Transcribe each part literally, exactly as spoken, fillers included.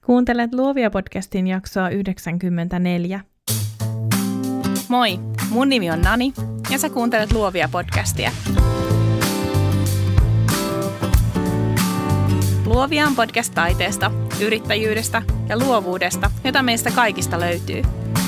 Kuuntelet Luovia-podcastin jaksoa yhdeksänkymmentäneljä. Moi, mun nimi on Nani ja sä kuuntelet Luovia-podcastia. Luovia on podcast taiteesta, yrittäjyydestä ja luovuudesta, jota meistä kaikista löytyy.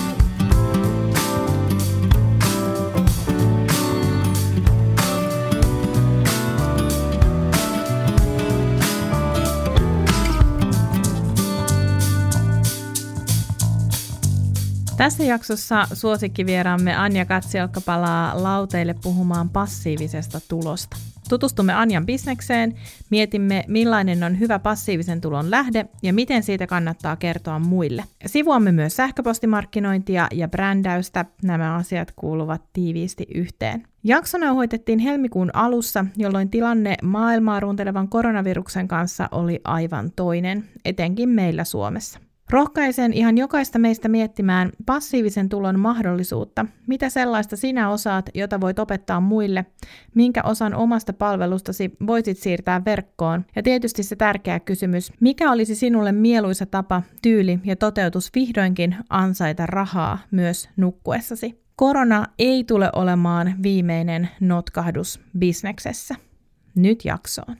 Tässä jaksossa suosikkivieraamme Anja Katsiolkka palaa lauteille puhumaan passiivisesta tulosta. Tutustumme Anjan bisnekseen, mietimme millainen on hyvä passiivisen tulon lähde ja miten siitä kannattaa kertoa muille. Sivuamme myös sähköpostimarkkinointia ja brändäystä, nämä asiat kuuluvat tiiviisti yhteen. Jakso nauhoitettiin helmikuun alussa, jolloin tilanne maailmaa runtelevan koronaviruksen kanssa oli aivan toinen, etenkin meillä Suomessa. Rohkaisen ihan jokaista meistä miettimään passiivisen tulon mahdollisuutta. Mitä sellaista sinä osaat, jota voit opettaa muille? Minkä osan omasta palvelustasi voisit siirtää verkkoon? Ja tietysti se tärkeä kysymys, mikä olisi sinulle mieluisa tapa, tyyli ja toteutus vihdoinkin ansaita rahaa myös nukkuessasi? Korona ei tule olemaan viimeinen notkahdus bisneksessä. Nyt jaksoon.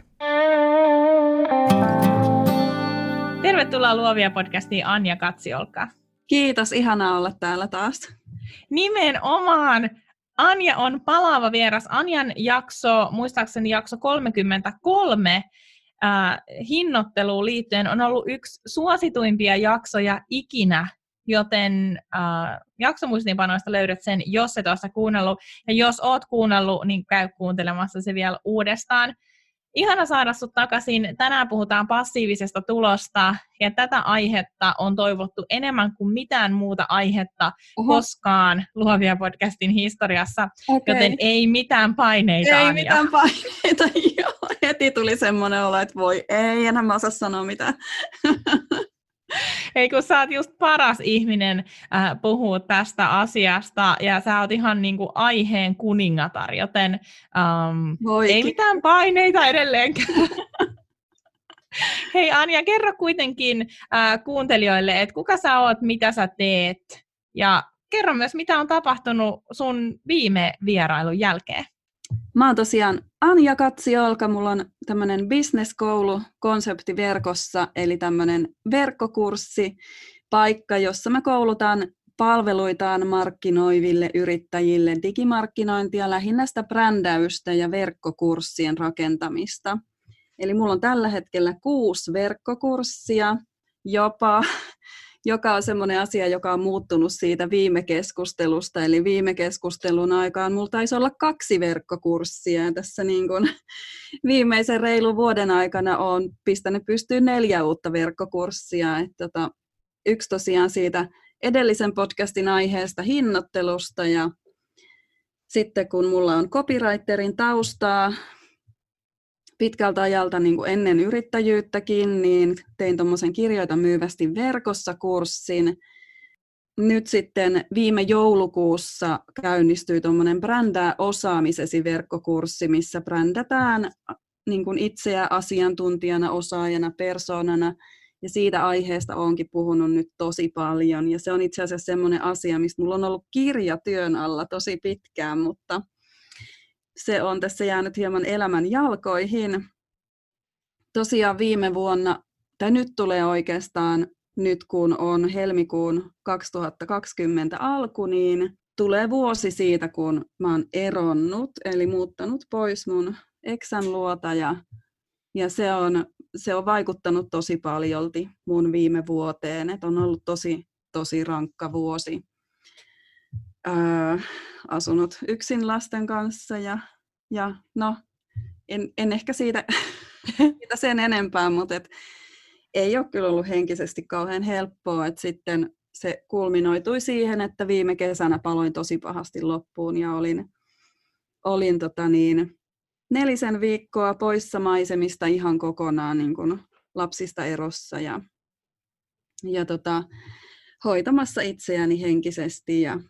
Tervetuloa Luovia-podcastiin Anja Katsiolkka. Kiitos, ihanaa olla täällä taas. Nimenomaan. Anja on palaava vieras. Anjan jakso, muistaakseni jakso kolmekymmentäkolme, äh, hinnoitteluun liittyen on ollut yksi suosituimpia jaksoja ikinä, joten äh, jaksomuistiinpanoista löydät sen, jos et ole sitä kuunnellut. Ja jos oot kuunnellut, niin käy kuuntelemassa se vielä uudestaan. Ihana saada sut takaisin. Tänään puhutaan passiivisesta tulosta ja tätä aihetta on toivottu enemmän kuin mitään muuta aihetta Oho. koskaan Luovia-podcastin historiassa, okay. Joten ei mitään paineita, Ei Anja. mitään paineita, joo. Heti tuli semmoinen olo, että voi ei, enää mä osaa sanoa mitään. Ei kun sä oot just paras ihminen äh, puhua tästä asiasta ja sä oot ihan niinku aiheen kuningatar, joten ähm, ei mitään paineita edelleenkään. Hei Anja, kerro kuitenkin äh, kuuntelijoille, että kuka sä oot, mitä sä teet ja kerro myös, mitä on tapahtunut sun viime vierailun jälkeen. Mä oon tosiaan Anja Katsiolka, mulla on tämmöinen business-koulu konsepti verkossa, eli tämmöinen verkkokurssi, paikka, jossa me koulutaan palveluitaan markkinoiville yrittäjille digimarkkinointia, lähinnä sitä brändäystä ja verkkokurssien rakentamista. Eli mulla on tällä hetkellä kuusi verkkokurssia jopa, joka on semmoinen asia, joka on muuttunut siitä viime keskustelusta. Eli viime keskustelun aikaan mulla taisi olla kaksi verkkokurssia. Ja tässä niin kuin viimeisen reilun vuoden aikana olen pistänyt pystyyn neljä uutta verkkokurssia. Et tota, yksi tosiaan siitä edellisen podcastin aiheesta hinnoittelusta. Ja sitten kun mulla on copywriterin taustaa pitkältä ajalta niin kuin ennen yrittäjyyttäkin, niin tein tuommoisen Kirjoita myyvästi verkossa -kurssin. Nyt sitten viime joulukuussa käynnistyi tuommoinen Brändää osaamisesi -verkkokurssi, missä brändätään niin kuin itseä asiantuntijana, osaajana, persoonana. Ja siitä aiheesta olenkin puhunut nyt tosi paljon. Ja se on itse asiassa semmoinen asia, mistä mulla on ollut kirja työn alla tosi pitkään, mutta se on tässä jäänyt hieman elämän jalkoihin. Tosiaan viime vuonna, tai nyt tulee oikeastaan, nyt kun on helmikuun kaksituhattakaksikymmentä alku, niin tulee vuosi siitä, kun mä oon eronnut, eli muuttanut pois mun eksän luota, ja, ja se, on, se on vaikuttanut tosi paljolti mun viime vuoteen, että on ollut tosi, tosi rankka vuosi. Öö, asunut yksin lasten kanssa ja, ja no, en, en ehkä siitä, siitä sen enempää, mutta et, ei ole kyllä ollut henkisesti kauhean helppoa, että sitten se kulminoitui siihen, että viime kesänä paloin tosi pahasti loppuun ja olin, olin tota niin, nelisen viikkoa poissa maisemista ihan kokonaan niin kuin lapsista erossa ja, ja tota, hoitamassa itseäni henkisesti ja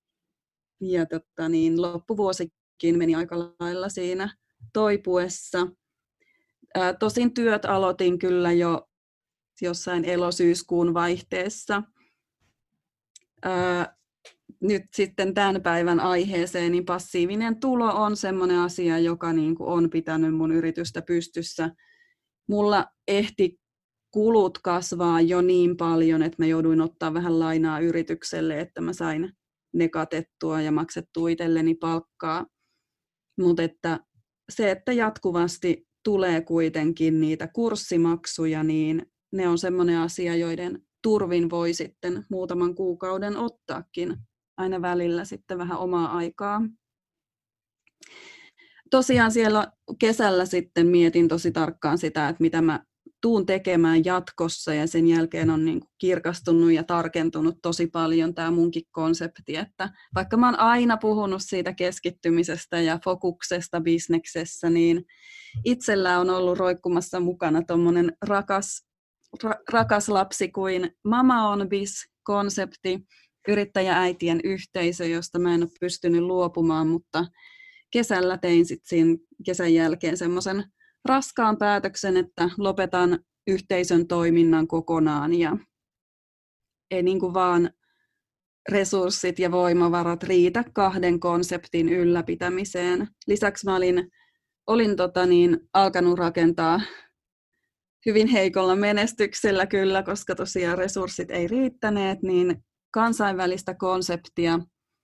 Ja totta, niin loppuvuosikin meni aika lailla siinä toipuessa. Ää, tosin työt aloitin kyllä jo jossain elosyyskuun vaihteessa. Öö, nyt sitten tämän päivän aiheeseen, niin passiivinen tulo on semmoinen asia, joka niin kuin on pitänyt mun yritystä pystyssä. Mulla ehti kulut kasvaa jo niin paljon, että mä jouduin ottaa vähän lainaa yritykselle, että mä sain ne katettua ja maksettua itselleni palkkaa. Mutta että se, että jatkuvasti tulee kuitenkin niitä kurssimaksuja, niin ne on semmoinen asia, joiden turvin voi sitten muutaman kuukauden ottaakin aina välillä sitten vähän omaa aikaa. Tosiaan siellä kesällä sitten mietin tosi tarkkaan sitä, että mitä mä tuun tekemään jatkossa, ja sen jälkeen on niin kuin kirkastunut ja tarkentunut tosi paljon tämä munkin konsepti, että vaikka mä oon aina puhunut siitä keskittymisestä ja fokuksesta bisneksessä, niin itsellä on ollut roikkumassa mukana tommonen rakas, ra, rakas lapsi kuin Mama on Biz-konsepti, yrittäjääitien yhteisö, josta mä en ole pystynyt luopumaan, mutta kesällä tein sitten siinä kesän jälkeen semmoisen raskaan päätöksen, että lopetan yhteisön toiminnan kokonaan ja ei niin kuin vaan resurssit ja voimavarat riitä kahden konseptin ylläpitämiseen. Lisäksi mä olin, olin tota niin, alkanut rakentaa hyvin heikolla menestyksellä kyllä, koska tosiaan resurssit ei riittäneet, niin kansainvälistä konseptia,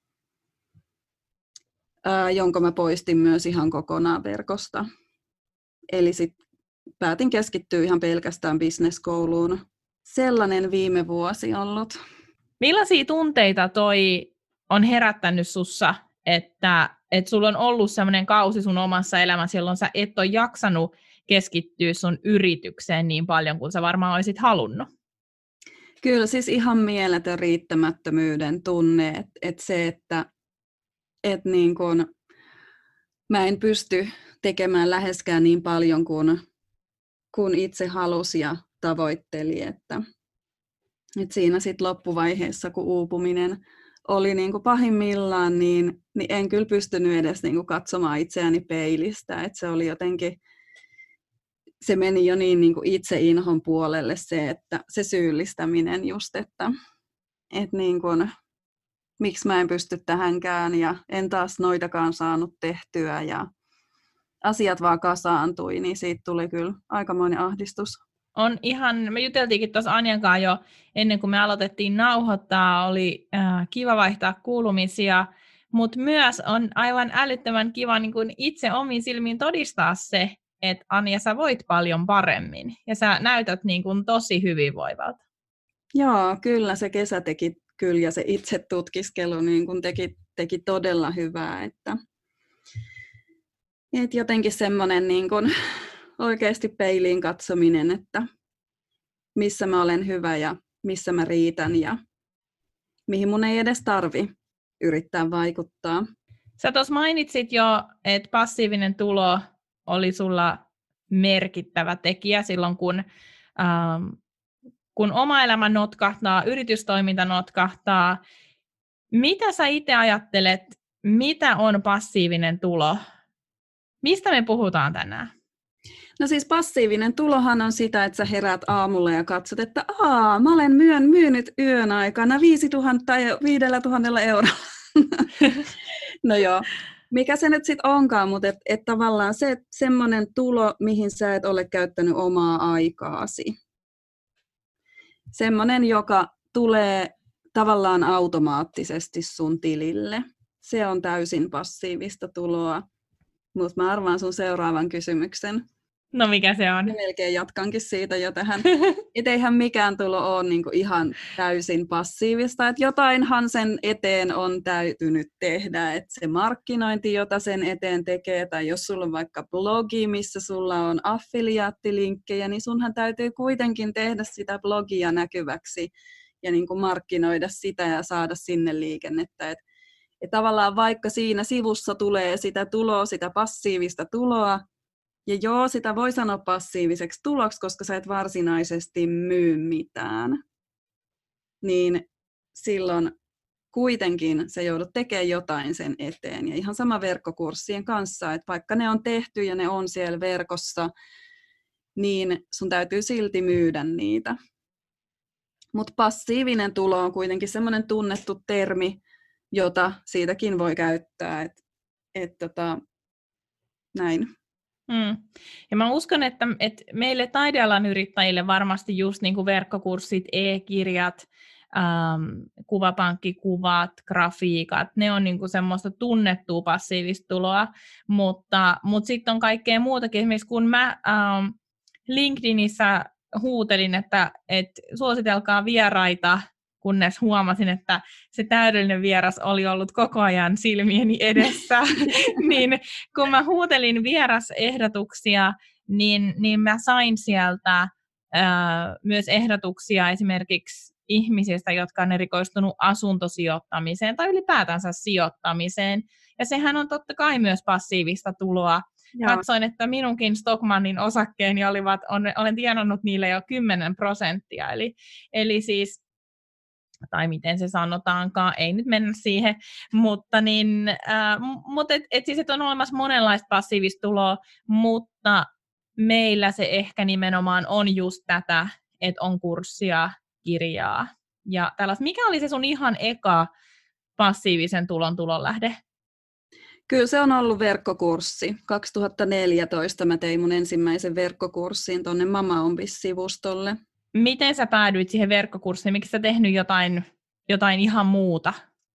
ää, jonka mä poistin myös ihan kokonaan verkosta. Eli sitten päätin keskittyä ihan pelkästään business-kouluun. Sellainen viime vuosi ollut. Millaisia tunteita toi on herättänyt sussa, että, että sulla on ollut sellainen kausi sun omassa elämässä, jolloin sä et ole jaksanut keskittyä sun yritykseen niin paljon kuin sä varmaan olisit halunnut? Kyllä, siis ihan mieletön riittämättömyyden tunne, että et se, että et niin kun mä en pysty tekemään läheskään niin paljon kuin, kuin itse halusi ja tavoitteli, että, että siinä sitten loppuvaiheessa, kun uupuminen oli niin kuin pahimmillaan, niin, niin en kyllä pystynyt edes niin kuin katsomaan itseäni peilistä, että se oli jotenkin, se meni jo niin, niin kuin itseinhon puolelle se, että se syyllistäminen just, että, että niin kuin, miksi mä en pysty tähänkään ja en taas noitakaan saanut tehtyä ja asiat vaan kasaantui, niin siitä tuli kyllä aikamoinen ahdistus. On ihan, me juteltiinkin tuossa Anjan kanssa jo ennen kuin me aloitettiin nauhoittaa, oli äh, kiva vaihtaa kuulumisia, mutta myös on aivan älyttömän kiva niin kun itse omiin silmiin todistaa se, että Anja, sä voit paljon paremmin ja sä näytät niin kun tosi hyvinvoivalta. Joo, kyllä se kesä teki kyllä ja se itse tutkiskelu niin kun teki, teki todella hyvää, että Et jotenkin semmoinen niin kuin oikeasti peiliin katsominen, että missä mä olen hyvä ja missä mä riitän ja mihin mun ei edes tarvi yrittää vaikuttaa. Sä tuossa mainitsit jo, että passiivinen tulo oli sulla merkittävä tekijä silloin, kun, ähm, kun oma elämä notkahtaa, yritystoiminta notkahtaa. Mitä sä itse ajattelet, mitä on passiivinen tulo? Mistä me puhutaan tänään? No siis passiivinen tulohan on sitä, että sä heräät aamulla ja katsot, että aa, mä olen myön, myynyt yön aikana viisituhatta ja viisituhatta euroa. No joo, mikä se nyt sitten onkaan, mutta et, et tavallaan se semmoinen tulo, mihin sä et ole käyttänyt omaa aikaasi. Semmoinen, joka tulee tavallaan automaattisesti sun tilille. Se on täysin passiivista tuloa. Mutta mä arvaan sun seuraavan kysymyksen. No mikä se on? Ja melkein jatkankin siitä jo tähän. Et eihän mikään tulo ole niinku ihan täysin passiivista. Et jotainhan sen eteen on täytynyt tehdä. Et se markkinointi, jota sen eteen tekee, tai jos sulla on vaikka blogi, missä sulla on affiliaattilinkkejä, niin sunhan täytyy kuitenkin tehdä sitä blogia näkyväksi ja niinku markkinoida sitä ja saada sinne liikennettä. Et Ja tavallaan vaikka siinä sivussa tulee sitä tuloa, sitä passiivista tuloa, ja joo, sitä voi sanoa passiiviseksi tuloksi, koska sä et varsinaisesti myy mitään, niin silloin kuitenkin sä joudut tekemään jotain sen eteen. Ja ihan sama verkkokurssien kanssa, että vaikka ne on tehty ja ne on siellä verkossa, niin sun täytyy silti myydä niitä. Mutta passiivinen tulo on kuitenkin semmoinen tunnettu termi, jota siitäkin voi käyttää. Et, et tota, näin. Mm. Ja mä uskon, että, että meille taidealan yrittäjille varmasti just niin kuin verkkokurssit, e-kirjat, ähm, kuvapankkikuvat, grafiikat, ne on niin kuin semmoista tunnettua passiivista tuloa, mutta, mutta sitten on kaikkea muutakin. Esimerkiksi kun mä ähm, LinkedInissä huutelin, että, että suositelkaa vieraita, kunnes huomasin, että se täydellinen vieras oli ollut koko ajan silmieni edessä, niin kun mä huutelin vierasehdotuksia, niin, niin mä sain sieltä ää, myös ehdotuksia esimerkiksi ihmisistä, jotka on erikoistunut asuntosijoittamiseen tai ylipäätänsä sijoittamiseen, ja sehän on totta kai myös passiivista tuloa. Joo. Katsoin, että minunkin Stockmannin osakkeeni olivat, on, olen tienannut niille jo kymmenen prosenttia, eli, eli siis tai miten se sanotaankaan, ei nyt mennä siihen, mutta niin, äh, mut et, et siis et on olemassa monenlaista passiivista tuloa, mutta meillä se ehkä nimenomaan on just tätä, että on kurssia, kirjaa ja tällaista. Mikä oli se sun ihan eka passiivisen tulon tulonlähde? Kyllä se on ollut verkkokurssi. kaksituhattaneljätoista mä tein mun ensimmäisen verkkokurssin tuonne Mama on Biz-sivustolle. Miten sä päädyit siihen verkkokurssiin? Miksi sä tehnyt jotain, jotain ihan muuta?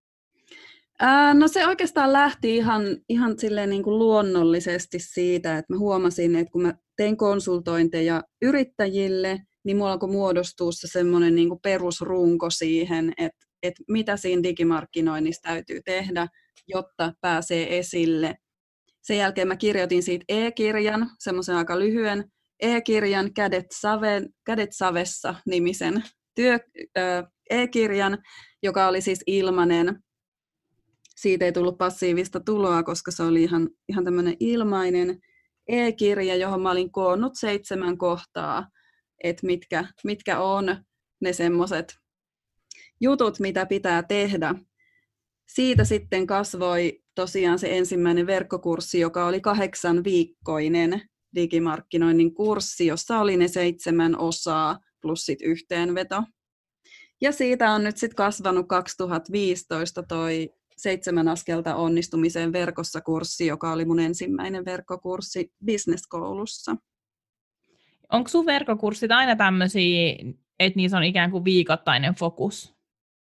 Ää, no se oikeastaan lähti ihan, ihan silleen niin kuin luonnollisesti siitä, että mä huomasin, että kun mä tein konsultointeja yrittäjille, niin mulla alkoi muodostua se semmoinen niin kuin perusrunko siihen, että, että mitä siinä digimarkkinoinnissa täytyy tehdä, jotta pääsee esille. Sen jälkeen mä kirjoitin siitä e-kirjan, semmoisen aika lyhyen e-kirjan Kädet, Save, Kädet savessa nimisen työ, ö, e-kirjan, joka oli siis ilmainen. Siitä ei tullut passiivista tuloa, koska se oli ihan, ihan tämmöinen ilmainen e-kirja, johon mä olin koonnut seitsemän kohtaa, että mitkä, mitkä on ne semmoiset jutut, mitä pitää tehdä. Siitä sitten kasvoi tosiaan se ensimmäinen verkkokurssi, joka oli kahdeksan viikkoinen digimarkkinoinnin kurssi, jossa oli ne seitsemän osaa plus sit yhteenveto. Ja siitä on nyt sitten kasvanut kaksituhattaviisitoista toi seitsemän askelta onnistumiseen verkossa kurssi, joka oli mun ensimmäinen verkkokurssi business-koulussa. Onko sun verkkokurssit aina tämmöisiä, että niissä on ikään kuin viikoittainen fokus?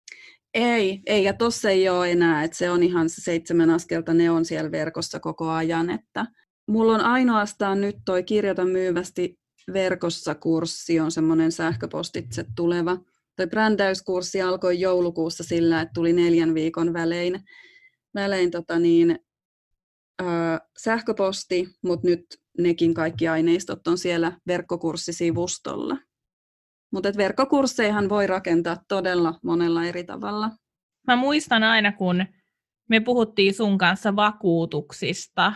Ei, ei ja tossa ei ole enää, että se on ihan se seitsemän askelta, ne on siellä verkossa koko ajan, että mulla on ainoastaan nyt toi Kirjoita myyvästi verkossa kurssi, on semmoinen sähköpostitse tuleva. Toi brändäyskurssi alkoi joulukuussa sillä, että tuli neljän viikon välein, välein tota niin, äh, sähköposti, mutta nyt nekin kaikki aineistot on siellä verkkokurssisivustolla. Mutta verkkokursseihan voi rakentaa todella monella eri tavalla. Mä muistan aina, kun me puhuttiin sun kanssa vakuutuksista,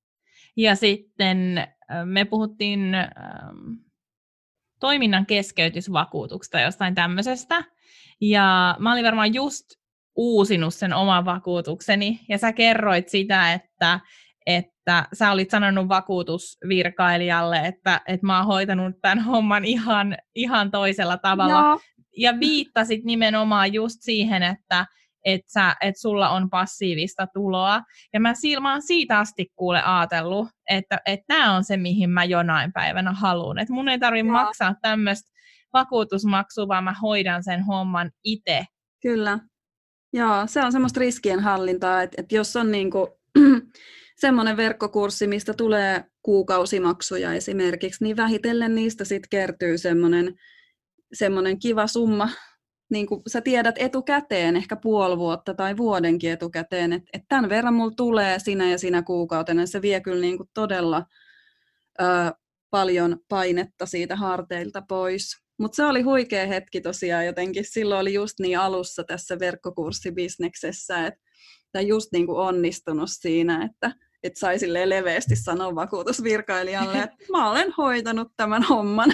ja sitten me puhuttiin ähm, toiminnan keskeytysvakuutuksesta, jostain tämmöisestä. Ja mä olin varmaan just uusinut sen oman vakuutukseni, ja sä kerroit sitä, että, että sä olit sanonut vakuutusvirkailijalle, että, että mä oon hoitanut tämän homman ihan, ihan toisella tavalla. No. Ja viittasit nimenomaan just siihen, että että, sä, että sulla on passiivista tuloa. Ja mä, mä oon siitä asti kuule ajatellut, että tämä on se, mihin mä jonain päivänä haluan. Että mun ei tarvitse no. maksaa tämmöistä vakuutusmaksua, vaan mä hoidan sen homman itse. Kyllä. Joo, se on semmoista riskienhallintaa, että, että jos on niinku semmoinen verkkokurssi, mistä tulee kuukausimaksuja esimerkiksi, niin vähitellen niistä sitten kertyy semmoinen, semmoinen kiva summa, niin kuin sä tiedät etukäteen, ehkä puoli vuotta tai vuodenkin etukäteen, että, että tämän verran mulla tulee sinä ja sinä kuukautena, se vie kyllä niin kuin todella ö, paljon painetta siitä harteilta pois. Mutta se oli huikea hetki tosiaan jotenkin, silloin oli just niin alussa tässä verkkokurssibisneksessä, että tai just niin kuin onnistunut siinä, että, että sai silleen leveästi sanoa vakuutusvirkailijalle, että mä olen hoitanut tämän homman.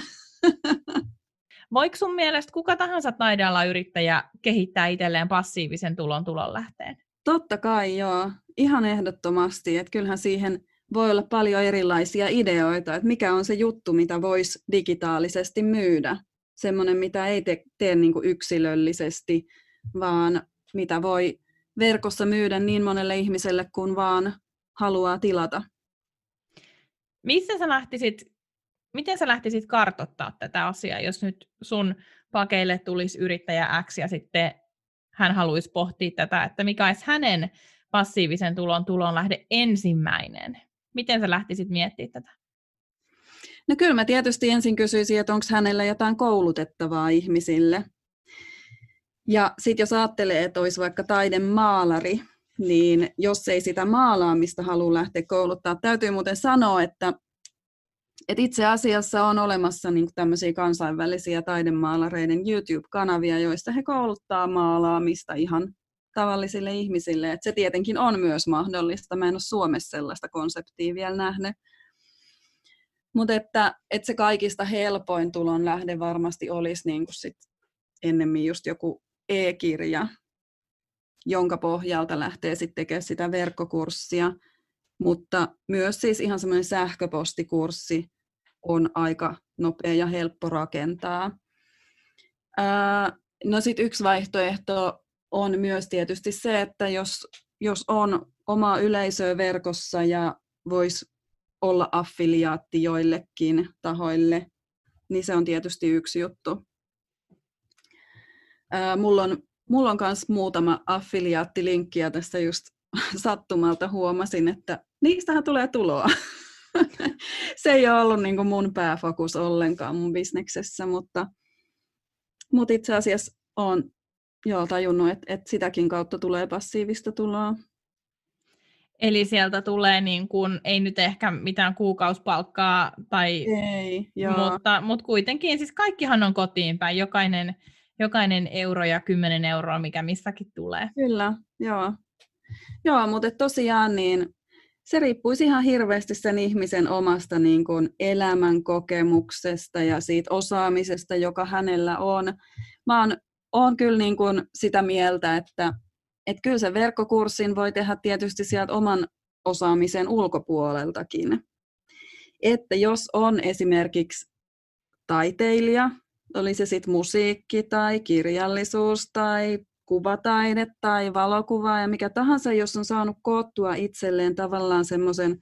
Voiko sun mielestä kuka tahansa taidealan yrittäjä kehittää itselleen passiivisen tulon tulonlähteen? Totta kai, joo. Ihan ehdottomasti. Että kyllähän siihen voi olla paljon erilaisia ideoita, että mikä on se juttu, mitä voisi digitaalisesti myydä. Semmoinen, mitä ei te, tee niin kuin yksilöllisesti, vaan mitä voi verkossa myydä niin monelle ihmiselle, kun vaan haluaa tilata. Missä sä lähtisit, miten sä lähtisit kartoittaa tätä asiaa, jos nyt sun pakeille tulisi yrittäjä X ja sitten hän haluaisi pohtia tätä, että mikä olisi hänen passiivisen tulon tulonlähde ensimmäinen? Miten sä lähtisit miettimään tätä? No kyllä mä tietysti ensin kysyisin, että onko hänellä jotain koulutettavaa ihmisille. Ja sitten jos ajattelee, että olisi vaikka taidemaalari, niin jos ei sitä maalaamista halua lähteä kouluttaa, täytyy muuten sanoa, että, että itse asiassa on olemassa niin kuin tämmöisiä kansainvälisiä taidemaalareiden YouTube-kanavia, joista he kouluttaa maalaamista ihan tavallisille ihmisille. Et se tietenkin on myös mahdollista. Mä en ole Suomessa sellaista konseptia vielä nähnyt. Mutta että, että se kaikista helpoin tulon lähde varmasti olisi niin kuin sit ennemmin just joku e-kirja, jonka pohjalta lähtee sitten tekemään sitä verkkokurssia. Mutta myös siis ihan semmoinen sähköpostikurssi on aika nopea ja helppo rakentaa. Ää, no sitten yksi vaihtoehto on myös tietysti se, että jos, jos on oma yleisö verkossa ja voisi olla affiliaatti joillekin tahoille, niin se on tietysti yksi juttu. Ää, mulla on, mulla on myös muutama affiliaattilinkki ja tässä just sattumalta huomasin, että niistähän tulee tuloa. Se ei ole ollut niin kuin mun pääfokus ollenkaan mun bisneksessä, mutta, mutta itse asiassa olen joo, tajunnut, että, että sitäkin kautta tulee passiivista tuloa. Eli sieltä tulee, niin kuin, ei nyt ehkä mitään kuukausipalkkaa, tai, ei, joo. mutta, mutta kuitenkin, siis kaikkihan on kotiin päin, jokainen, jokainen euro ja kymmenen euroa, mikä missäkin tulee. Kyllä, joo. Joo, mutta tosiaan niin se riippuisi ihan hirveästi sen ihmisen omasta niin kuin elämän kokemuksesta ja siitä osaamisesta, joka hänellä on. Mä oon, oon kyllä niin kuin sitä mieltä, että Että kyllä se verkkokurssin voi tehdä tietysti sieltä oman osaamisen ulkopuoleltakin. Että jos on esimerkiksi taiteilija, oli se sitten musiikki tai kirjallisuus tai kuvataide tai valokuva ja mikä tahansa, jos on saanut koottua itselleen tavallaan semmoisen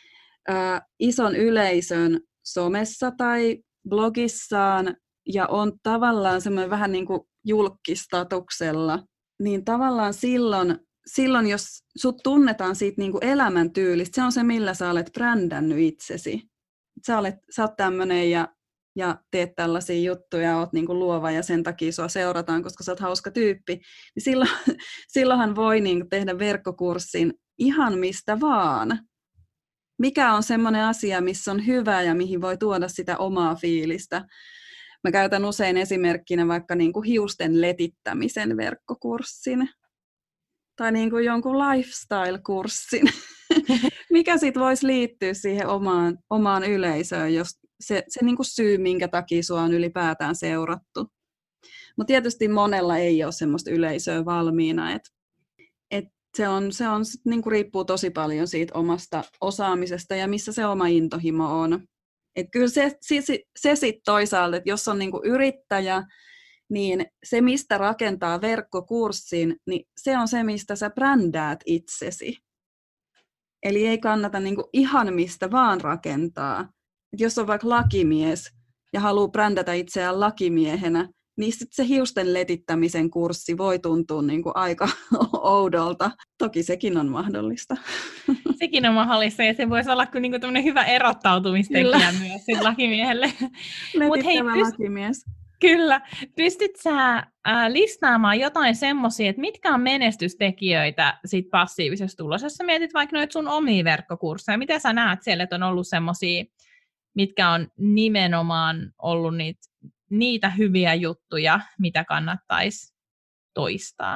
ison yleisön somessa tai blogissaan ja on tavallaan semmoinen vähän niin kuin julkkistatuksella, niin tavallaan silloin, silloin jos sut tunnetaan siitä niin kuin elämäntyylistä, se on se, millä sä olet brändännyt itsesi. Sä olet, sä oot tämmönen ja, ja teet tällaisia juttuja, oot niin kuin luova ja sen takia sua seurataan, koska sä oot hauska tyyppi. Niin silloin, silloinhan voi niin kuin tehdä verkkokurssin ihan mistä vaan. Mikä on semmoinen asia, missä on hyvä ja mihin voi tuoda sitä omaa fiilistä. Mä käytän usein esimerkkinä vaikka niin kuin hiusten letittämisen verkkokurssin tai niin kuin jonkun lifestyle-kurssin, mikä sitten voisi liittyä siihen omaan, omaan yleisöön, jos se, se niin kuin syy, minkä takia sua on ylipäätään seurattu. Mutta tietysti monella ei ole semmoista yleisöä valmiina, että et se, on, se on, niin kuin riippuu tosi paljon siitä omasta osaamisesta ja missä se oma intohimo on. Et kyllä se, se, se sitten toisaalta, että jos on niinku yrittäjä, niin se, mistä rakentaa verkkokurssin, niin se on se, mistä sä brändäät itsesi. Eli ei kannata niinku ihan mistä vaan rakentaa. Et jos on vaikka lakimies ja haluaa brändätä itseään lakimiehenä, niin sit se hiusten letittämisen kurssi voi tuntua niinku aika oudolta. Toki sekin on mahdollista. Sekin on mahdollista, ja se voisi olla kyllä niinku tämmöinen hyvä erottautumistekijä myös sit lakimiehelle. Letittävä pyst- lakimies. Kyllä. Pystyt sä äh, listaamaan jotain semmoisia, että mitkä on menestystekijöitä sit passiivisessa tulossa? Jos sä mietit vaikka noita sun omia verkkokursseja, mitä sä näet siellä, että on ollut semmoisia, mitkä on nimenomaan ollut niitä, niitä hyviä juttuja, mitä kannattaisi toistaa?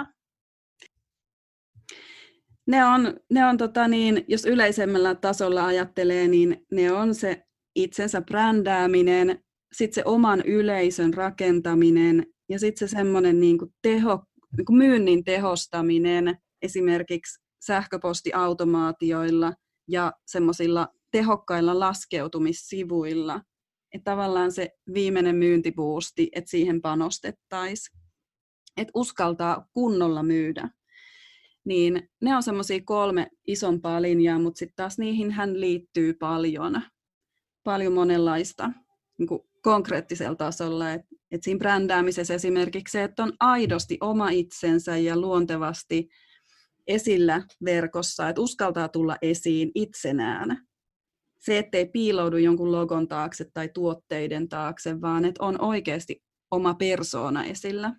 Ne on, ne on tota niin, jos yleisemmällä tasolla ajattelee, niin ne on se itsensä brändääminen, sitten se oman yleisön rakentaminen ja sitten se semmoinen niin kuin teho, niin kuin myynnin tehostaminen esimerkiksi sähköpostiautomaatioilla ja semmoisilla tehokkailla laskeutumissivuilla. Että tavallaan se viimeinen myyntibuusti, että siihen panostettaisiin. Että uskaltaa kunnolla myydä. Niin ne on semmoisia kolme isompaa linjaa, mutta sitten taas niihin hän liittyy paljon, paljon monenlaista niin kuin konkreettisella tasolla. Että et siinä brändäämisessä esimerkiksi se, että on aidosti oma itsensä ja luontevasti esillä verkossa, että uskaltaa tulla esiin itsenään. Se, ettei piiloudu jonkun logon taakse tai tuotteiden taakse, vaan että on oikeasti oma persoona esillä.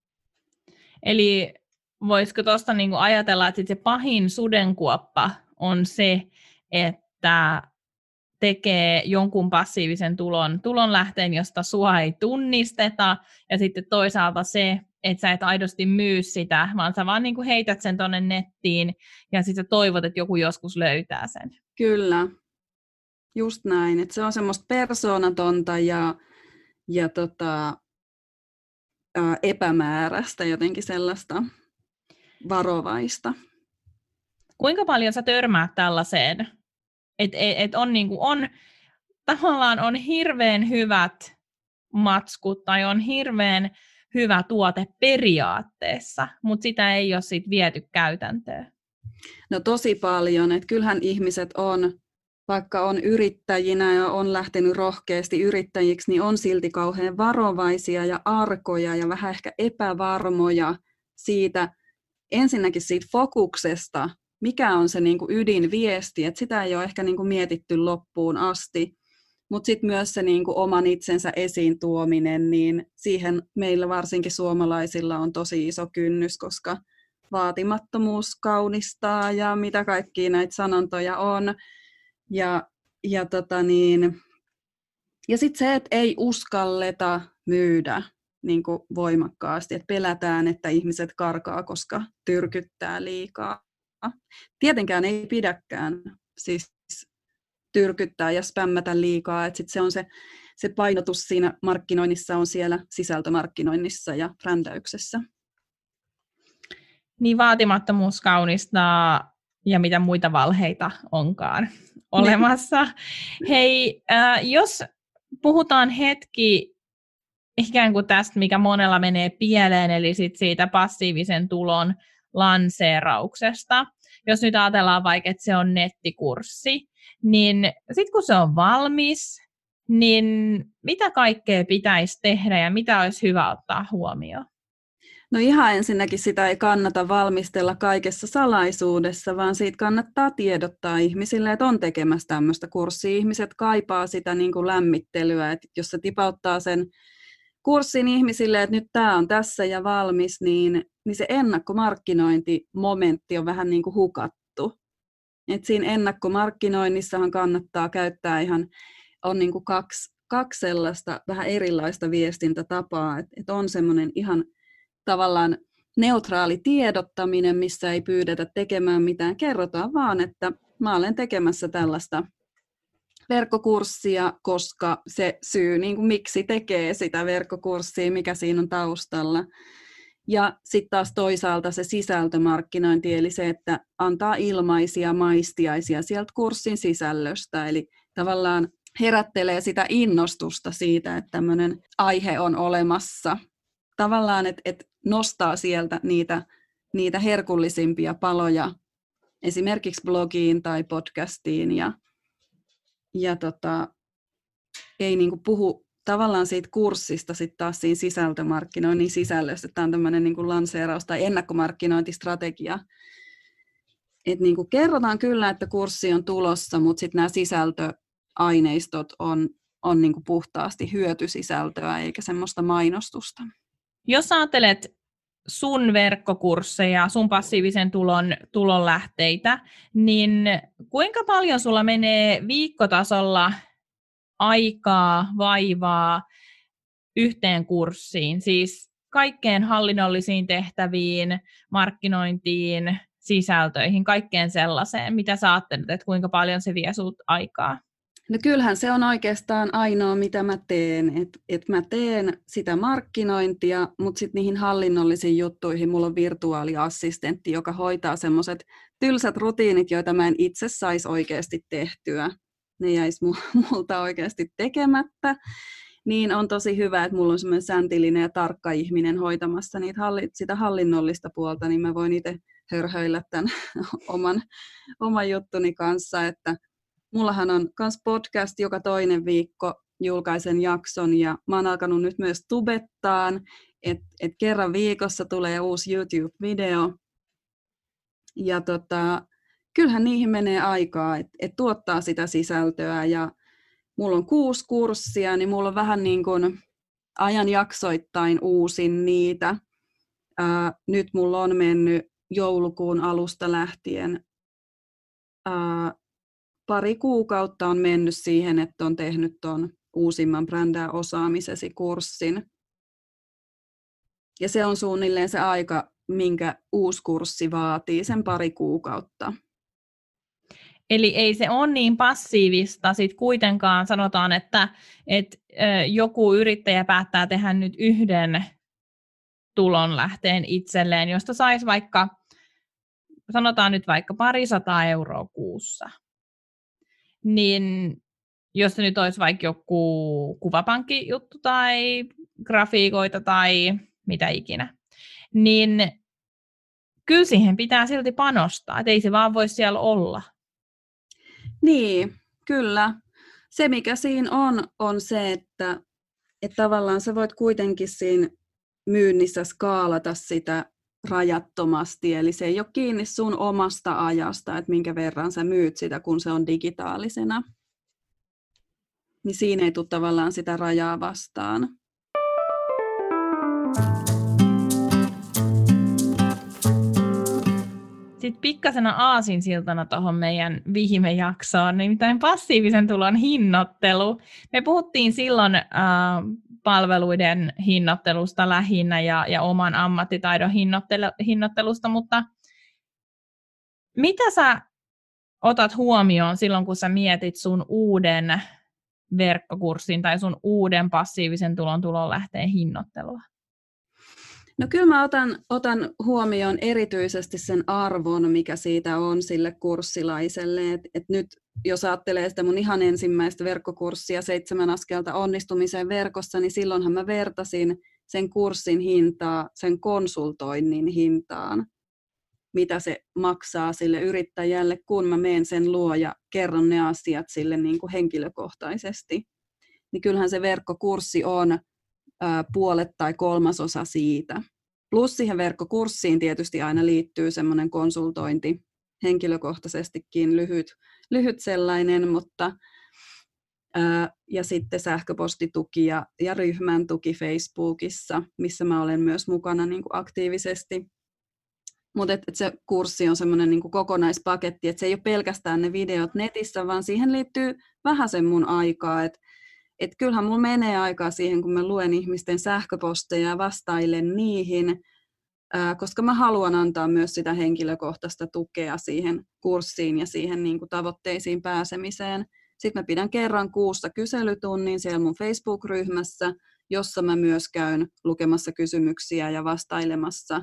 Eli voisiko tuosta niinku ajatella, että se pahin sudenkuoppa on se, että tekee jonkun passiivisen tulon, tulonlähteen, josta sua ei tunnisteta, ja sitten toisaalta se, että sä et aidosti myy sitä, vaan sä vaan niinku heität sen tonne nettiin, ja sitten toivot, että joku joskus löytää sen. Kyllä, just näin. Että se on semmoista persoonatonta ja, ja tota, ää, epämääräistä, jotenkin sellaista varovaista. Kuinka paljon sä törmäät tällaiseen? Että et on, niinku, on, tavallaan on hirveän hyvät matskut tai on hirveän hyvä tuote periaatteessa, mutta sitä ei ole sit viety käytäntöön. No tosi paljon. Että kyllähän ihmiset on, vaikka on yrittäjinä ja on lähtenyt rohkeasti yrittäjiksi, niin on silti kauhean varovaisia ja arkoja ja vähän ehkä epävarmoja siitä, ensinnäkin siitä fokuksesta, mikä on se niin kuin ydinviesti, että sitä ei ole ehkä niin kuin mietitty loppuun asti, mutta sitten myös se niin kuin oman itsensä esiin tuominen, niin siihen meillä varsinkin suomalaisilla on tosi iso kynnys, koska vaatimattomuus kaunistaa ja mitä kaikkia näitä sanontoja on. Ja, ja, tota niin, ja sitten se, että ei uskalleta myydä niin kuin voimakkaasti, että pelätään, että ihmiset karkaa, koska tyrkyttää liikaa. Tietenkään ei pidäkään siis tyrkyttää ja spämmätä liikaa, että sit se on se, se painotus siinä markkinoinnissa on siellä sisältömarkkinoinnissa ja brändäyksessä. Niin vaatimattomuus kaunistaa ja mitä muita valheita onkaan olemassa. Hei, äh, jos puhutaan hetki ikään kuin tästä, mikä monella menee pieleen, eli sit siitä passiivisen tulon lanseerauksesta. Jos nyt ajatellaan vaikka, että se on nettikurssi, niin sitten kun se on valmis, niin mitä kaikkea pitäisi tehdä ja mitä olisi hyvä ottaa huomioon? No ihan ensinnäkin sitä ei kannata valmistella kaikessa salaisuudessa, vaan siitä kannattaa tiedottaa ihmisille, että on tekemässä tämmöistä kurssia. Ihmiset kaipaa sitä niin kuin lämmittelyä, että jos se tipauttaa sen kurssin ihmisille, että nyt tämä on tässä ja valmis, niin, niin se ennakkomarkkinointimomentti on vähän niin kuin hukattu. Et siinä ennakkomarkkinoinnissahan kannattaa käyttää ihan, on niin kuin kaksi, kaksi sellaista vähän erilaista viestintätapaa, että et on semmoinen ihan tavallaan neutraali tiedottaminen, missä ei pyydetä tekemään mitään, kerrotaan vaan, että mä olen tekemässä tällaista verkkokurssia, koska se syy, niin kuin miksi tekee sitä verkkokurssia, mikä siinä on taustalla. Ja sitten taas toisaalta se sisältömarkkinointi, eli se, että antaa ilmaisia maistiaisia sieltä kurssin sisällöstä, eli tavallaan herättelee sitä innostusta siitä, että tämmöinen aihe on olemassa. Tavallaan, että et nostaa sieltä niitä, niitä herkullisimpia paloja esimerkiksi blogiin tai podcastiin ja Ja tota, ei niinku puhu tavallaan siitä kurssista sitten taas siinä sisältömarkkinoinnin sisällöstä. Tämä on tämmöinen niinku lanseeraus- tai ennakkomarkkinointistrategia. Et niinku kerrotaan kyllä, että kurssi on tulossa, mutta sitten nämä sisältöaineistot on, on niinku puhtaasti hyötysisältöä eikä semmoista mainostusta. Jos ajattelet sun verkkokursseja, sun passiivisen tulon tulonlähteitä, niin kuinka paljon sulla menee viikkotasolla aikaa, vaivaa yhteen kurssiin, siis kaikkeen hallinnollisiin tehtäviin, markkinointiin, sisältöihin, kaikkeen sellaiseen, mitä sä ajattelet, että kuinka paljon se vie sulta aikaa? No kyllähän se on oikeastaan ainoa, mitä mä teen. Et, et mä teen sitä markkinointia, mutta sitten niihin hallinnollisiin juttuihin mulla on virtuaaliassistentti, joka hoitaa semmoiset tylsät rutiinit, joita mä en itse saisi oikeasti tehtyä. Ne jäisi multa oikeasti tekemättä. Niin on tosi hyvä, että mulla on semmoinen säntillinen ja tarkka ihminen hoitamassa niitä halli, sitä hallinnollista puolta, niin mä voin itse hörhöillä tämän oman, oman juttuni kanssa, että mullahan on myös podcast joka toinen viikko, julkaisen jakson ja mä oon alkanut nyt myös tubettaan, että et kerran viikossa tulee uusi YouTube-video. Ja tota, kyllähän niihin menee aikaa, että et tuottaa sitä sisältöä ja mulla on kuusi kurssia, niin mulla on vähän niin kuin ajanjaksoittain uusin niitä. Ää, nyt mulla on mennyt joulukuun alusta lähtien ää, pari kuukautta on mennyt siihen, että on tehnyt tuon uusimman brändää osaamisesi kurssin. Ja se on suunnilleen se aika, minkä uusi kurssi vaatii, sen pari kuukautta. Eli ei se ole niin passiivista sit kuitenkaan, sanotaan, että, että joku yrittäjä päättää tehdä nyt yhden tulonlähteen itselleen, josta saisi vaikka, sanotaan nyt vaikka parisataa euroa kuussa. Niin jos se nyt olisi vaikka joku kuvapankkijuttu tai grafiikoita tai mitä ikinä, niin kyllä siihen pitää silti panostaa, että ei se vaan voi siellä olla. Niin, kyllä. Se mikä siinä on, on se, että, että tavallaan sä voit kuitenkin siinä myynnissä skaalata sitä rajattomasti, eli se ei ole kiinni sun omasta ajasta, että minkä verran sä myyt sitä, kun se on digitaalisena. Niin siinä ei tule tavallaan sitä rajaa vastaan. Sitten pikkasena aasinsiltana tuohon meidän viime jaksoon, nimittäin passiivisen tulon hinnoittelu. Me puhuttiin silloin äh, palveluiden hinnoittelusta lähinnä ja, ja oman ammattitaidon hinnoittelusta, mutta mitä sä otat huomioon silloin, kun sä mietit sun uuden verkkokurssin tai sun uuden passiivisen tulon tulonlähteen hinnoittelua? No kyllä mä otan, otan huomioon erityisesti sen arvon, mikä siitä on sille kurssilaiselle. Et, et nyt jos ajattelee sitä mun ihan ensimmäistä verkkokurssia, seitsemän askelta onnistumiseen verkossa, niin silloinhan mä vertasin sen kurssin hintaa sen konsultoinnin hintaan, mitä se maksaa sille yrittäjälle, kun mä menen sen luo ja kerron ne asiat sille niin kuin henkilökohtaisesti. Niin kyllähän se verkkokurssi on puolet tai kolmasosa siitä. Plus siihen verkkokurssiin tietysti aina liittyy semmoinen konsultointi, henkilökohtaisestikin lyhyt, lyhyt sellainen, mutta ää, ja sitten sähköpostituki ja, ja ryhmän tuki Facebookissa, missä mä olen myös mukana niin kuin aktiivisesti. Mutta et, et se kurssi on semmoinen niin kuin kokonaispaketti, että se ei ole pelkästään ne videot netissä, vaan siihen liittyy vähän sen mun aikaa, että et kyllähän mulla menee aikaa siihen, kun mä luen ihmisten sähköposteja ja vastailen niihin, ää, koska mä haluan antaa myös sitä henkilökohtaista tukea siihen kurssiin ja siihen niin kuin tavoitteisiin pääsemiseen. Sitten mä pidän kerran kuussa kyselytunnin siellä mun Facebook-ryhmässä, jossa mä myös käyn lukemassa kysymyksiä ja vastailemassa.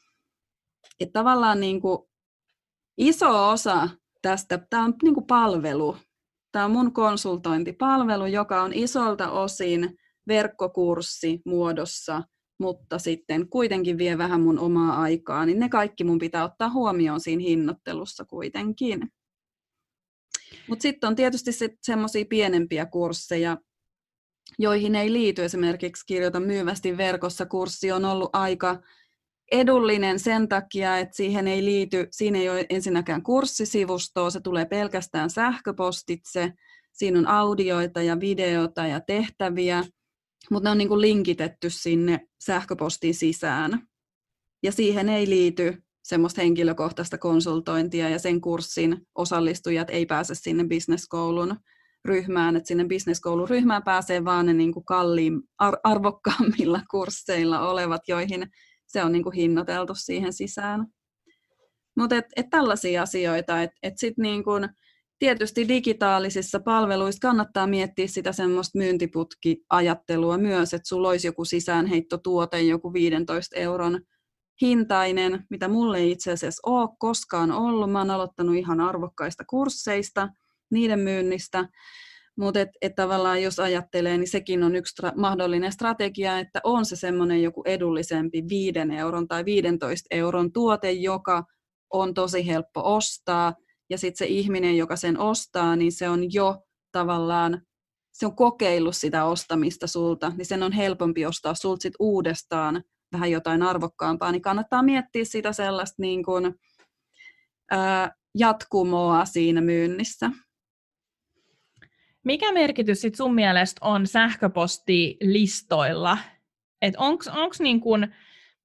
Et tavallaan niin kuin iso osa tästä, tämä on niin kuin palvelu. Tämä on mun konsultointipalvelu, joka on isolta osin verkkokurssi muodossa, mutta sitten kuitenkin vie vähän mun omaa aikaa, niin ne kaikki mun pitää ottaa huomioon siinä hinnoittelussa kuitenkin. Mutta sitten on tietysti semmoisia pienempiä kursseja, joihin ei liity esimerkiksi Kirjoita myyvästi verkossa kurssi on ollut aika edullinen sen takia, että siihen ei liity, siinä ei ole ensinnäkään kurssisivustoa, se tulee pelkästään sähköpostitse, siinä on audioita ja videota ja tehtäviä, mutta ne on niin kuin linkitetty sinne sähköpostin sisään. Ja siihen ei liity semmoista henkilökohtaista konsultointia ja sen kurssin osallistujat ei pääse sinne business-koulun ryhmään, että sinne business-koulun ryhmään pääsee vaan ne niin kuin kalliin, ar- arvokkaammilla kursseilla olevat, joihin se on niin kuin hinnoiteltu siihen sisään. Mutta et, et tällaisia asioita, että et sitten niin kuin tietysti digitaalisissa palveluissa kannattaa miettiä sitä semmoista myyntiputkiajattelua myös, että sulla olisi joku sisäänheittotuote, joku viidentoista euron hintainen, mitä mulle ei itse asiassa ole koskaan ollut. Mä oon aloittanut ihan arvokkaista kursseista, niiden myynnistä, mutta et, et tavallaan jos ajattelee, niin sekin on yksi tra- mahdollinen strategia, että on se semmoinen joku edullisempi viiden euron tai viidentoista euron tuote, joka on tosi helppo ostaa, ja sitten se ihminen, joka sen ostaa, niin se on jo tavallaan, se on kokeillut sitä ostamista sulta, niin sen on helpompi ostaa sulta sit uudestaan vähän jotain arvokkaampaa, niin kannattaa miettiä sitä sellaista niin kuin, ää, jatkumoa siinä myynnissä. Mikä merkitys sit sun mielestä on sähköpostilistoilla? Onko niin kuin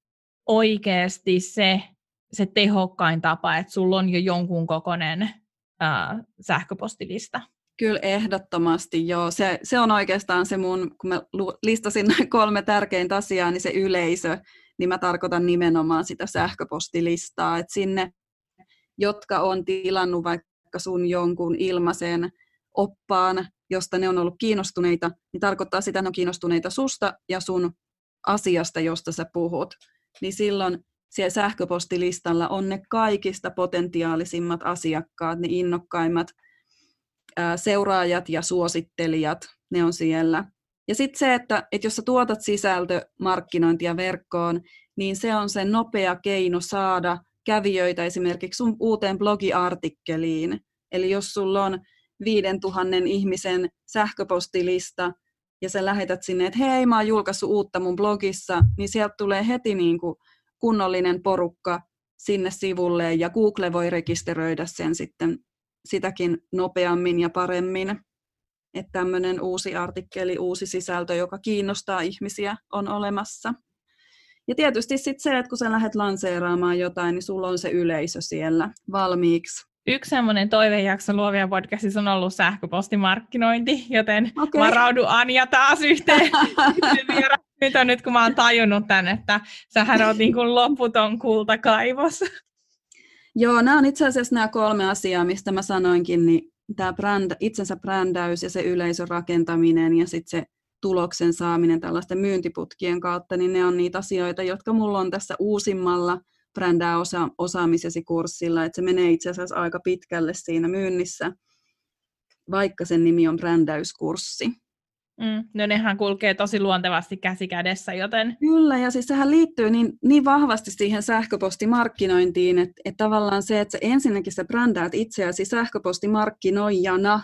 oikeasti se, se tehokkain tapa, että sulla on jo jonkun kokoinen ää, sähköpostilista? Kyllä ehdottomasti joo. Se, se on oikeastaan se mun, kun mä listasin kolme tärkeintä asiaa, niin se yleisö, niin mä tarkoitan nimenomaan sitä sähköpostilistaa, että sinne, jotka on tilannut vaikka sun jonkun ilmaisen oppaan, josta ne on ollut kiinnostuneita, niin tarkoittaa sitä, että ne on kiinnostuneita susta ja sun asiasta, josta sä puhut. Niin silloin siellä sähköpostilistalla on ne kaikista potentiaalisimmat asiakkaat, ne innokkaimmat ää, seuraajat ja suosittelijat, ne on siellä. Ja sitten se, että, että jos sä tuotat sisältömarkkinointia verkkoon, niin se on se nopea keino saada kävijöitä esimerkiksi sun uuteen blogiartikkeliin. Eli jos sulla on viiden tuhannen ihmisen sähköpostilista, ja sä lähetät sinne, että hei, mä oon julkaissut uutta mun blogissa, niin sieltä tulee heti niin kuin kunnollinen porukka sinne sivulle, ja Google voi rekisteröidä sen sitten sitäkin nopeammin ja paremmin. Että tämmöinen uusi artikkeli, uusi sisältö, joka kiinnostaa ihmisiä, on olemassa. Ja tietysti sitten se, että kun sä lähdet lanseeraamaan jotain, niin sulla on se yleisö siellä valmiiksi. Yksi semmoinen toivejakso Luovia podcastissa on ollut sähköpostimarkkinointi, joten okay. Varaudu Anja taas yhteen. Nyt on nyt, kun mä oon tajunnut tämän, että sähän oot niin kuin loputon kultakaivos. Joo, nämä on itse asiassa nämä kolme asiaa, mistä mä sanoinkin, niin tämä bränd, itsensä brändäys ja se yleisön rakentaminen ja sitten se tuloksen saaminen tällaisten myyntiputkien kautta, niin ne on niitä asioita, jotka mulla on tässä uusimmalla brändää osa- osaamisesi kurssilla, että se menee itse asiassa aika pitkälle siinä myynnissä, vaikka sen nimi on brändäyskurssi. Mm, no nehän kulkee tosi luontevasti käsi kädessä, joten... Kyllä, ja siis sehän liittyy niin, niin vahvasti siihen sähköpostimarkkinointiin, että, että tavallaan se, että sä ensinnäkin sä brändäät itseäsi sähköpostimarkkinoijana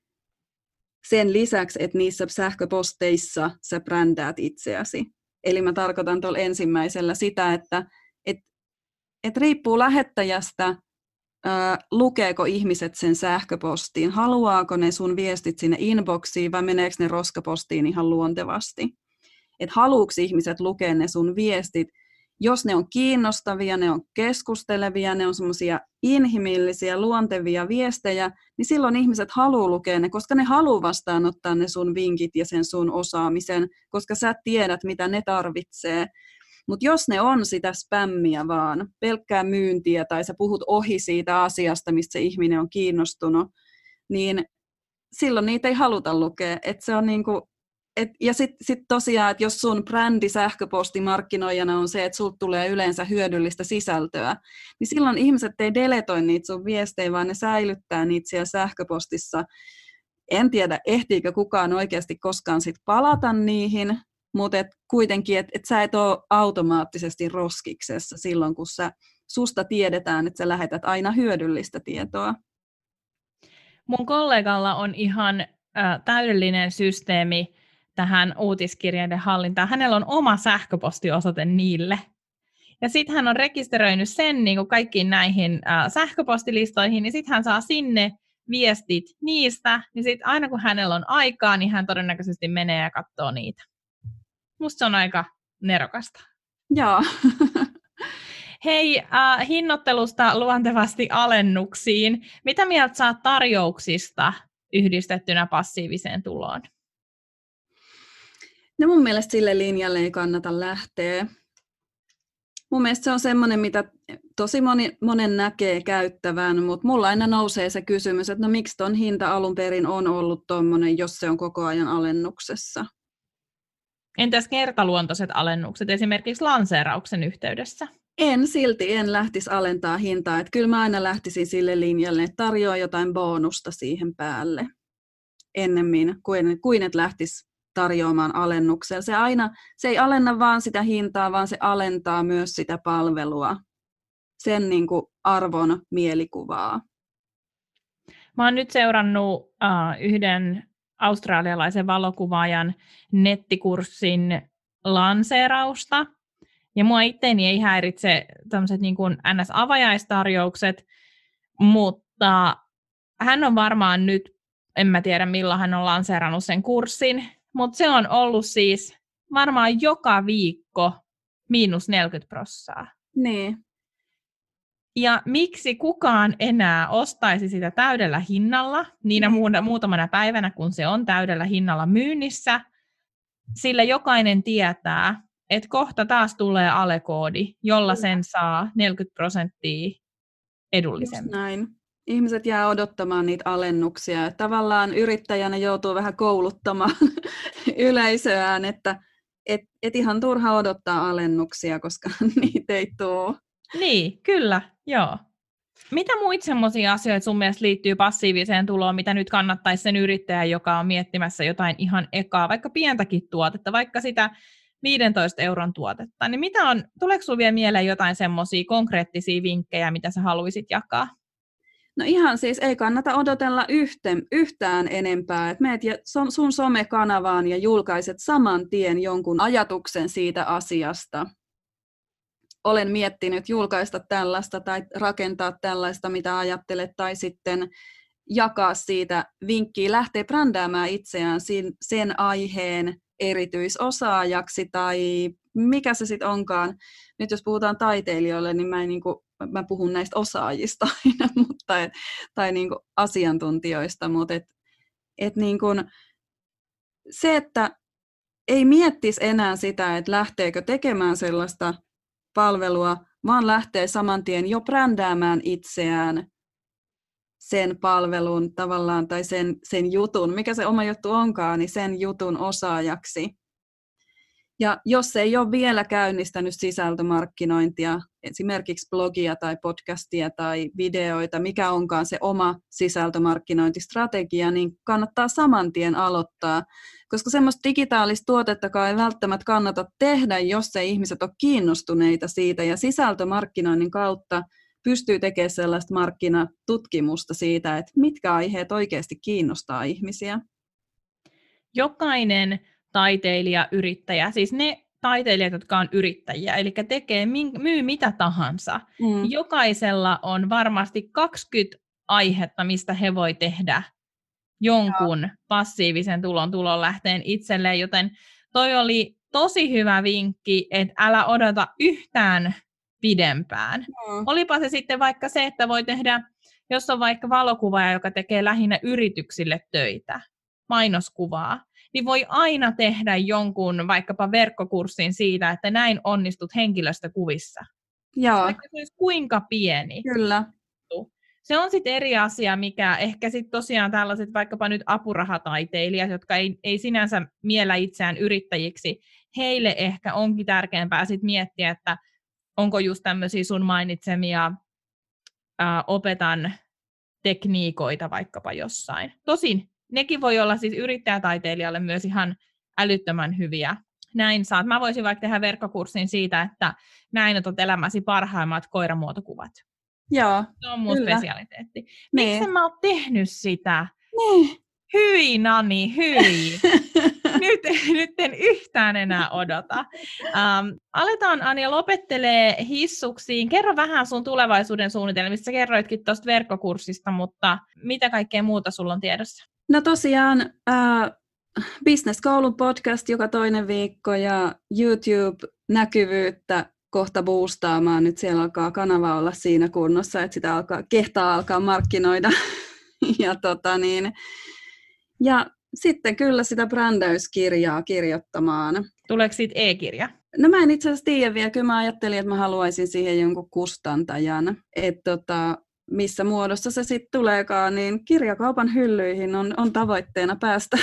sen lisäksi, että niissä sähköposteissa sä brändäät itseäsi. Eli mä tarkoitan tuolla ensimmäisellä sitä, että et, et riippuu lähettäjästä, ää, lukeeko ihmiset sen sähköpostiin, haluaako ne sun viestit sinne inboxiin vai meneekö ne roskapostiin ihan luontevasti. Että haluuko ihmiset lukea ne sun viestit, jos ne on kiinnostavia, ne on keskustelevia, ne on semmoisia inhimillisiä, luontevia viestejä, niin silloin ihmiset haluaa lukea ne, koska ne haluaa vastaanottaa ne sun vinkit ja sen sun osaamisen, koska sä tiedät, mitä ne tarvitsee. Mutta jos ne on sitä spämmiä vaan, pelkkää myyntiä tai sä puhut ohi siitä asiasta, mistä se ihminen on kiinnostunut, niin silloin niitä ei haluta lukea. Et se on niinku, et, ja sitten sit tosiaan, että jos sun brändi sähköpostimarkkinoijana on se, että sulta tulee yleensä hyödyllistä sisältöä, niin silloin ihmiset ei deletoi niitä sun viestejä, vaan ne säilyttää niitä siellä sähköpostissa. En tiedä, ehtiikö kukaan oikeasti koskaan sit palata niihin, mutta et kuitenkin, että et sä et ole automaattisesti roskiksessa silloin, kun sä, susta tiedetään, että sä lähetät aina hyödyllistä tietoa. Mun kollegalla on ihan äh, täydellinen systeemi tähän uutiskirjeiden hallintaan. Hänellä on oma sähköpostiosoite niille. Ja sitten hän on rekisteröinyt sen niin kuin kaikkiin näihin äh, sähköpostilistoihin, niin sitten hän saa sinne viestit niistä. Niin sitten aina kun hänellä on aikaa, niin hän todennäköisesti menee ja katsoo niitä. Musta se on aika nerokasta. Joo. Hei, äh, hinnoittelusta luontevasti alennuksiin. Mitä mieltä sä oot tarjouksista yhdistettynä passiiviseen tuloon? No mun mielestä sille linjalle ei kannata lähteä. Mun mielestä se on semmoinen, mitä tosi moni, monen näkee käyttävän, mutta mulla aina nousee se kysymys, että no miksi ton hinta alun perin on ollut tommonen, jos se on koko ajan alennuksessa. Entäs kertaluontoiset alennukset esimerkiksi lanseerauksen yhteydessä? En silti, en lähtisi alentaa hintaa. Että kyllä mä aina lähtisin sille linjalle, että tarjoaa jotain bonusta siihen päälle ennemmin kuin, kuin että lähtisi tarjoamaan alennuksella. Se, aina, se ei alenna vaan sitä hintaa, vaan se alentaa myös sitä palvelua, sen niin kuin arvon mielikuvaa. Mä oon nyt seurannut uh, yhden australialaisen valokuvaajan nettikurssin lanseerausta, ja mua itteeni ei häiritse tämmöiset niin kuin N S-avajaistarjoukset, mutta hän on varmaan nyt, en mä tiedä milloin hän on lanseerannut sen kurssin, mutta se on ollut siis varmaan joka viikko miinus neljäkymmentä prosenttia. Niin. Ja miksi kukaan enää ostaisi sitä täydellä hinnalla, niinä muutamana päivänä, kun se on täydellä hinnalla myynnissä, sillä jokainen tietää, että kohta taas tulee alekoodi, jolla sen saa neljäkymmentä prosenttia edullisemmin. Näin. Ihmiset jää odottamaan niitä alennuksia. Tavallaan yrittäjänä joutuu vähän kouluttamaan yleisöään, että et, et ihan turha odottaa alennuksia, koska niitä ei tule. Niin, kyllä, joo. Mitä muita semmoisia asioita sun mielestä liittyy passiiviseen tuloon, mitä nyt kannattaisi sen yrittäjän, joka on miettimässä jotain ihan ekaa, vaikka pientäkin tuotetta, vaikka sitä viidentoista euron tuotetta, niin mitä on, tuleeko sinulle vielä mieleen jotain semmoisia konkreettisia vinkkejä, mitä sä haluaisit jakaa? No ihan siis ei kannata odotella yhten, yhtään enempää, että meet sun somekanavaan ja julkaiset saman tien jonkun ajatuksen siitä asiasta. Olen miettinyt julkaista tällaista tai rakentaa tällaista, mitä ajattelet, tai sitten jakaa siitä vinkkiä, lähteä brändäämään itseään sen aiheen erityisosaajaksi tai mikä se sitten onkaan. Nyt jos puhutaan taiteilijoille, niin mä, en niinku, mä puhun näistä osaajista aina, mutta et, tai niinku asiantuntijoista, mutta et, et niinku, se, että ei miettisi enää sitä, että lähteekö tekemään sellaista palvelua, vaan lähtee saman tien jo brändäämään itseään sen palvelun tavallaan tai sen, sen jutun, mikä se oma juttu onkaan, niin sen jutun osaajaksi. Ja jos ei ole vielä käynnistänyt sisältömarkkinointia, esimerkiksi blogia tai podcastia tai videoita, mikä onkaan se oma sisältömarkkinointistrategia, niin kannattaa saman tien aloittaa, koska semmoista digitaalista tuotettakaan ei välttämättä kannata tehdä, jos ei ihmiset ole kiinnostuneita siitä, ja sisältömarkkinoinnin kautta pystyy tekemään sellaista markkinatutkimusta siitä, että mitkä aiheet oikeasti kiinnostaa ihmisiä. Jokainen taiteilija, yrittäjä, siis ne taiteilijat, jotka on yrittäjiä, eli tekee, myy mitä tahansa. Mm. Jokaisella on varmasti kaksikymmentä aihetta, mistä he voi tehdä jonkun ja. passiivisen tulon tulon lähteen itselleen, joten toi oli tosi hyvä vinkki, että älä odota yhtään pidempään. Mm. Olipa se sitten vaikka se, että voi tehdä, jos on vaikka valokuvaaja, joka tekee lähinnä yrityksille töitä, mainoskuvaa, niin voi aina tehdä jonkun vaikkapa verkkokurssin siitä, että näin onnistut henkilöstökuvissa. Joo. Vaikka se olisi kuinka pieni. Kyllä. Se on sitten eri asia, mikä ehkä sitten tosiaan tällaiset vaikkapa nyt apurahataiteilijat, jotka ei, ei sinänsä miellä itseään yrittäjiksi, heille ehkä onkin tärkeämpää sitten miettiä, että onko just tämmöisiä sun mainitsemia ää, opetan tekniikoita vaikkapa jossain. Tosin nekin voi olla siis yrittäjätaiteilijalle myös ihan älyttömän hyviä. Näin saat. Mä voisin vaikka tehdä verkkokurssin siitä, että näin otat elämäsi parhaimmat koiramuotokuvat. Joo, se on mun kyllä. spesialiteetti. Niin. Miksi mä oon tehnyt sitä? Niin. Hyi Nani, hyi. nyt, nyt en yhtään enää odota. Um, aletaan Anja lopettelee hissuksiin. Kerro vähän sun tulevaisuuden suunnitelmista. Sä kerroitkin tuosta verkkokurssista, mutta mitä kaikkea muuta sulla on tiedossa? No tosiaan äh, Business Koulun podcast joka toinen viikko ja YouTube-näkyvyyttä kohta boostaamaan. Nyt siellä alkaa kanava olla siinä kunnossa, että sitä alkaa, kehtaa alkaa markkinoida. ja, tota niin, ja sitten kyllä sitä brändäyskirjaa kirjoittamaan. Tuleeko siitä e-kirja? No mä en itse asiassa tiedä vielä. Kyllä mä ajattelin, että mä haluaisin siihen jonkun kustantajan. Että tota, missä muodossa se sitten tuleekaan, niin kirjakaupan hyllyihin on, on tavoitteena päästä.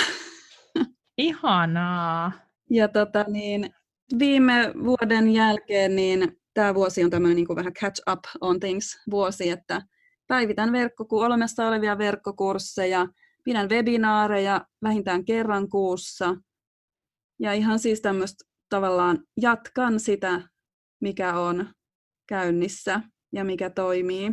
Ihanaa. Ja tota, niin, viime vuoden jälkeen niin tämä vuosi on tämmöinen niin kuin vähän catch up on things vuosi, että päivitän verkkoku- olemassa olevia verkkokursseja, pidän webinaareja vähintään kerran kuussa ja ihan siis tämmöistä tavallaan jatkan sitä, mikä on käynnissä ja mikä toimii.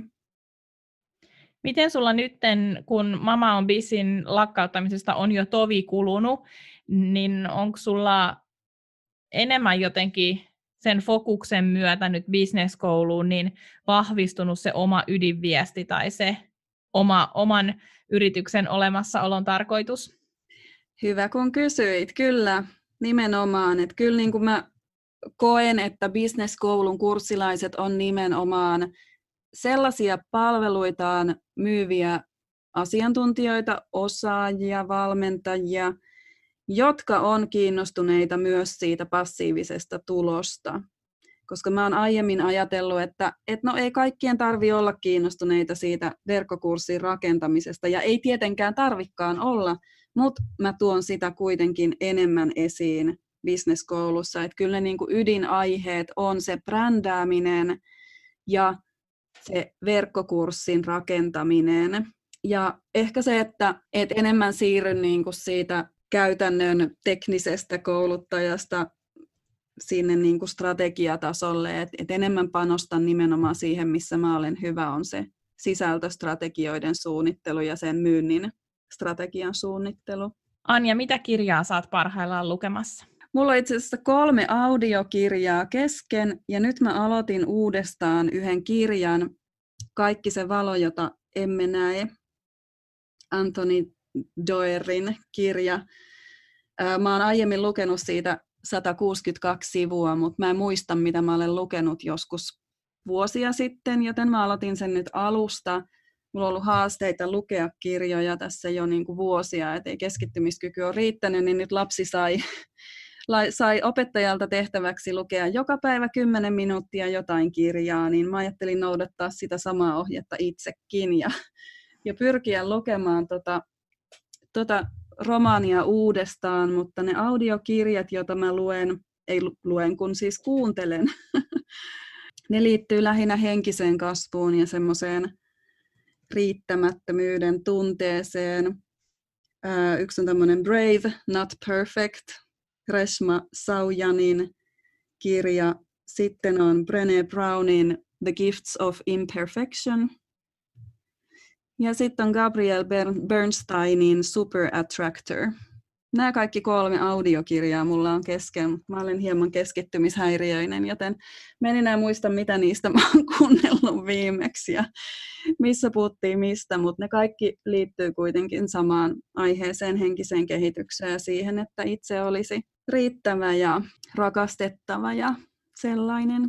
Miten sulla nytten, kun Mama on Bizin lakkauttamisesta on jo tovi kulunut, niin onko sulla enemmän jotenkin sen fokuksen myötä nyt business-kouluun niin vahvistunut se oma ydinviesti tai se oma, oman yrityksen olemassaolon tarkoitus? Hyvä kun kysyit, kyllä nimenomaan. Että kyllä niin kuin mä koen, että business-koulun kurssilaiset on nimenomaan sellaisia palveluitaan myyviä asiantuntijoita, osaajia, valmentajia, jotka on kiinnostuneita myös siitä passiivisesta tulosta. Koska mä oon aiemmin ajatellut, että et no ei kaikkien tarvitse olla kiinnostuneita siitä verkkokurssin rakentamisesta, ja ei tietenkään tarvikaan olla, mutta mä tuon sitä kuitenkin enemmän esiin business-koulussa. Että kyllä ne niin kuin ydinaiheet on se brändääminen ja se verkkokurssin rakentaminen. Ja ehkä se, että et enemmän siirryn niin kuin siitä käytännön teknisestä kouluttajasta sinne niin kuin strategiatasolle, että et enemmän panostan nimenomaan siihen, missä mä olen hyvä, on se sisältöstrategioiden suunnittelu ja sen myynnin strategian suunnittelu. Anja, mitä kirjaa sä oot parhaillaan lukemassa? Mulla on itse asiassa kolme audiokirjaa kesken, ja nyt mä aloitin uudestaan yhden kirjan, Kaikki se valo, jota emme näe, Anthony Doerrin kirja. Mä oon aiemmin lukenut siitä sata kuusikymmentäkaksi sivua, mutta mä en muista, mitä mä olen lukenut joskus vuosia sitten, joten mä aloitin sen nyt alusta. Mulla on ollut haasteita lukea kirjoja tässä jo niin kuin vuosia, ettei keskittymiskyky ole riittänyt, niin nyt lapsi sai, sai opettajalta tehtäväksi lukea joka päivä kymmenen minuuttia jotain kirjaa, niin mä ajattelin noudattaa sitä samaa ohjetta itsekin ja, ja pyrkiä lukemaan tota, tota romaania uudestaan, mutta ne audiokirjat, joita mä luen, ei luen kun siis kuuntelen, ne liittyy lähinnä henkiseen kasvuun ja semmoiseen riittämättömyyden tunteeseen. Yksi on tämmöinen Brave, Not Perfect, Reshma Saujanin kirja. Sitten on Brené Brownin The Gifts of Imperfection. Ja sitten on Gabrielle Bernsteinin Super Attractor. Nämä kaikki kolme audiokirjaa mulla on kesken. Mä olen hieman keskittymishäiriöinen, joten mä en enää muista, mitä niistä mä oon kuunnellut viimeksi ja missä puhuttiin mistä, mutta ne kaikki liittyy kuitenkin samaan aiheeseen, henkiseen kehitykseen ja siihen, että itse olisi riittävä ja rakastettava ja sellainen.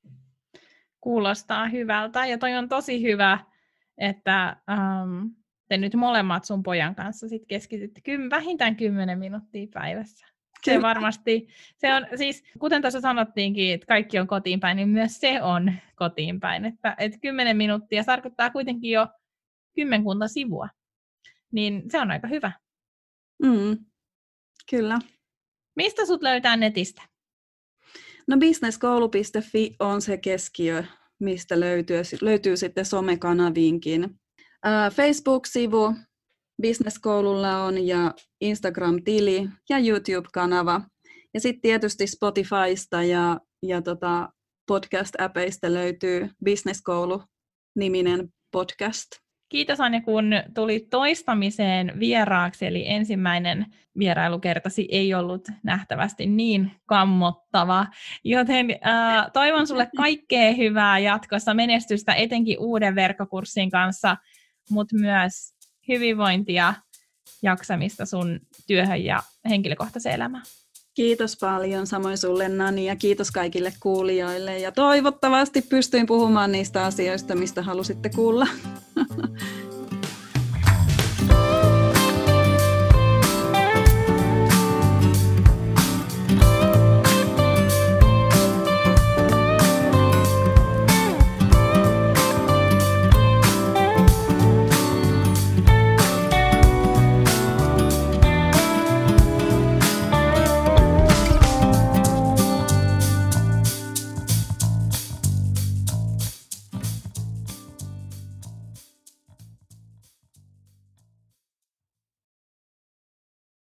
Kuulostaa hyvältä ja toi on tosi hyvä, että um, te nyt molemmat sun pojan kanssa sit keskitytte ky- vähintään kymmenen minuuttia päivässä. Se varmasti, se on siis, kuten tässä sanottiinkin, että kaikki on kotiin päin, niin myös se on kotiin päin. Että, että kymmenen minuuttia tarkoittaa kuitenkin jo kymmenkunta sivua, niin se on aika hyvä. Mm, kyllä. Mistä sut löytää netistä? No businesskoulu piste fi on se keskiö, mistä löytyy, löytyy sitten somekanaviinkin. Uh, Facebook-sivu Businesskoululla on ja Instagram-tili ja YouTube-kanava. Ja sitten tietysti Spotifysta ja, ja tota podcast-äpeistä löytyy Businesskoulu-niminen podcast. Kiitos Anja, kun tulit toistamiseen vieraaksi, eli ensimmäinen vierailukertasi ei ollut nähtävästi niin kammottava, joten äh, toivon sulle kaikkea hyvää jatkossa, menestystä etenkin uuden verkkokurssin kanssa, mutta myös hyvinvointia, jaksamista sun työhön ja henkilökohtaiseen elämään. Kiitos paljon, samoin sulle Nani, ja kiitos kaikille kuulijoille, ja toivottavasti pystyin puhumaan niistä asioista, mistä halusitte kuulla.